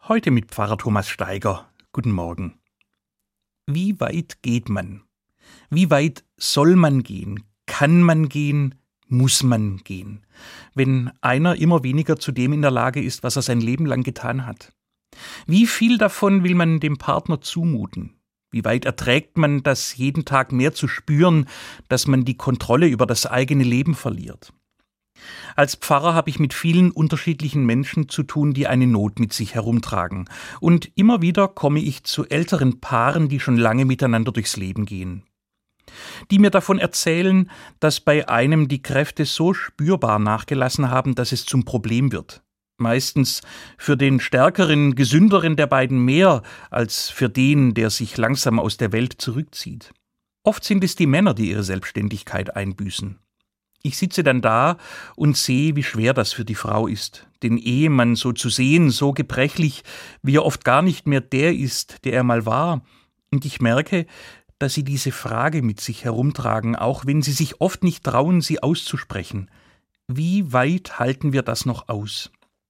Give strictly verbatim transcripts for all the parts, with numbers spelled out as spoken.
Heute mit Pfarrer Thomas Steiger. Guten Morgen. Wie weit geht man? Wie weit soll man gehen? Kann man gehen? Muss man gehen? Wenn einer immer weniger zu dem in der Lage ist, was er sein Leben lang getan hat. Wie viel davon will man dem Partner zumuten? Wie weit erträgt man das, jeden Tag mehr zu spüren, dass man die Kontrolle über das eigene Leben verliert? Als Pfarrer habe ich mit vielen unterschiedlichen Menschen zu tun, die eine Not mit sich herumtragen. Und immer wieder komme ich zu älteren Paaren, die schon lange miteinander durchs Leben gehen. Die mir davon erzählen, dass bei einem die Kräfte so spürbar nachgelassen haben, dass es zum Problem wird. Meistens für den stärkeren, gesünderen der beiden mehr als für den, der sich langsam aus der Welt zurückzieht. Oft sind es die Männer, die ihre Selbstständigkeit einbüßen. Ich sitze dann da und sehe, wie schwer das für die Frau ist, den Ehemann so zu sehen, so gebrechlich, wie er oft gar nicht mehr der ist, der er mal war. Und ich merke, dass sie diese Frage mit sich herumtragen, auch wenn sie sich oft nicht trauen, sie auszusprechen. Wie weit halten wir das noch aus?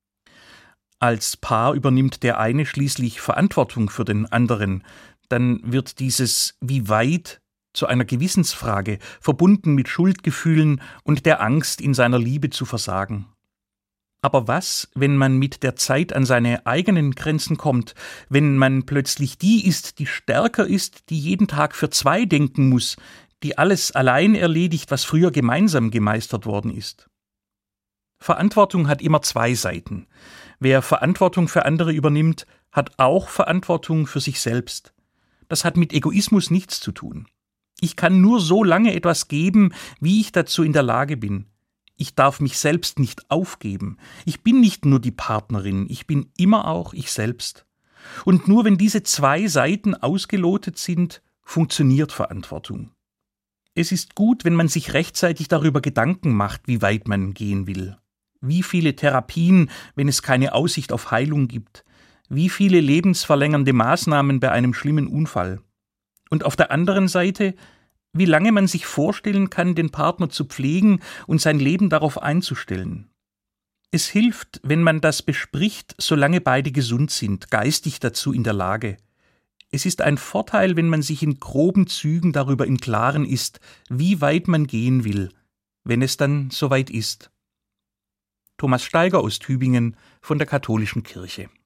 Als Paar übernimmt der eine schließlich Verantwortung für den anderen. Dann wird dieses Wie weit zu einer Gewissensfrage, verbunden mit Schuldgefühlen und der Angst, in seiner Liebe zu versagen. Aber was, wenn man mit der Zeit an seine eigenen Grenzen kommt, wenn man plötzlich die ist, die stärker ist, die jeden Tag für zwei denken muss, die alles allein erledigt, was früher gemeinsam gemeistert worden ist? Verantwortung hat immer zwei Seiten. Wer Verantwortung für andere übernimmt, hat auch Verantwortung für sich selbst. Das hat mit Egoismus nichts zu tun. Ich kann nur so lange etwas geben, wie ich dazu in der Lage bin. Ich darf mich selbst nicht aufgeben. Ich bin nicht nur die Partnerin, ich bin immer auch ich selbst. Und nur wenn diese zwei Seiten ausgelotet sind, funktioniert Verantwortung. Es ist gut, wenn man sich rechtzeitig darüber Gedanken macht, wie weit man gehen will. Wie viele Therapien, wenn es keine Aussicht auf Heilung gibt. Wie viele lebensverlängernde Maßnahmen bei einem schlimmen Unfall. Und auf der anderen Seite, wie lange man sich vorstellen kann, den Partner zu pflegen und sein Leben darauf einzustellen. Es hilft, wenn man das bespricht, solange beide gesund sind, geistig dazu in der Lage. Es ist ein Vorteil, wenn man sich in groben Zügen darüber im Klaren ist, wie weit man gehen will, wenn es dann soweit ist. Thomas Steiger aus Tübingen von der Katholischen Kirche.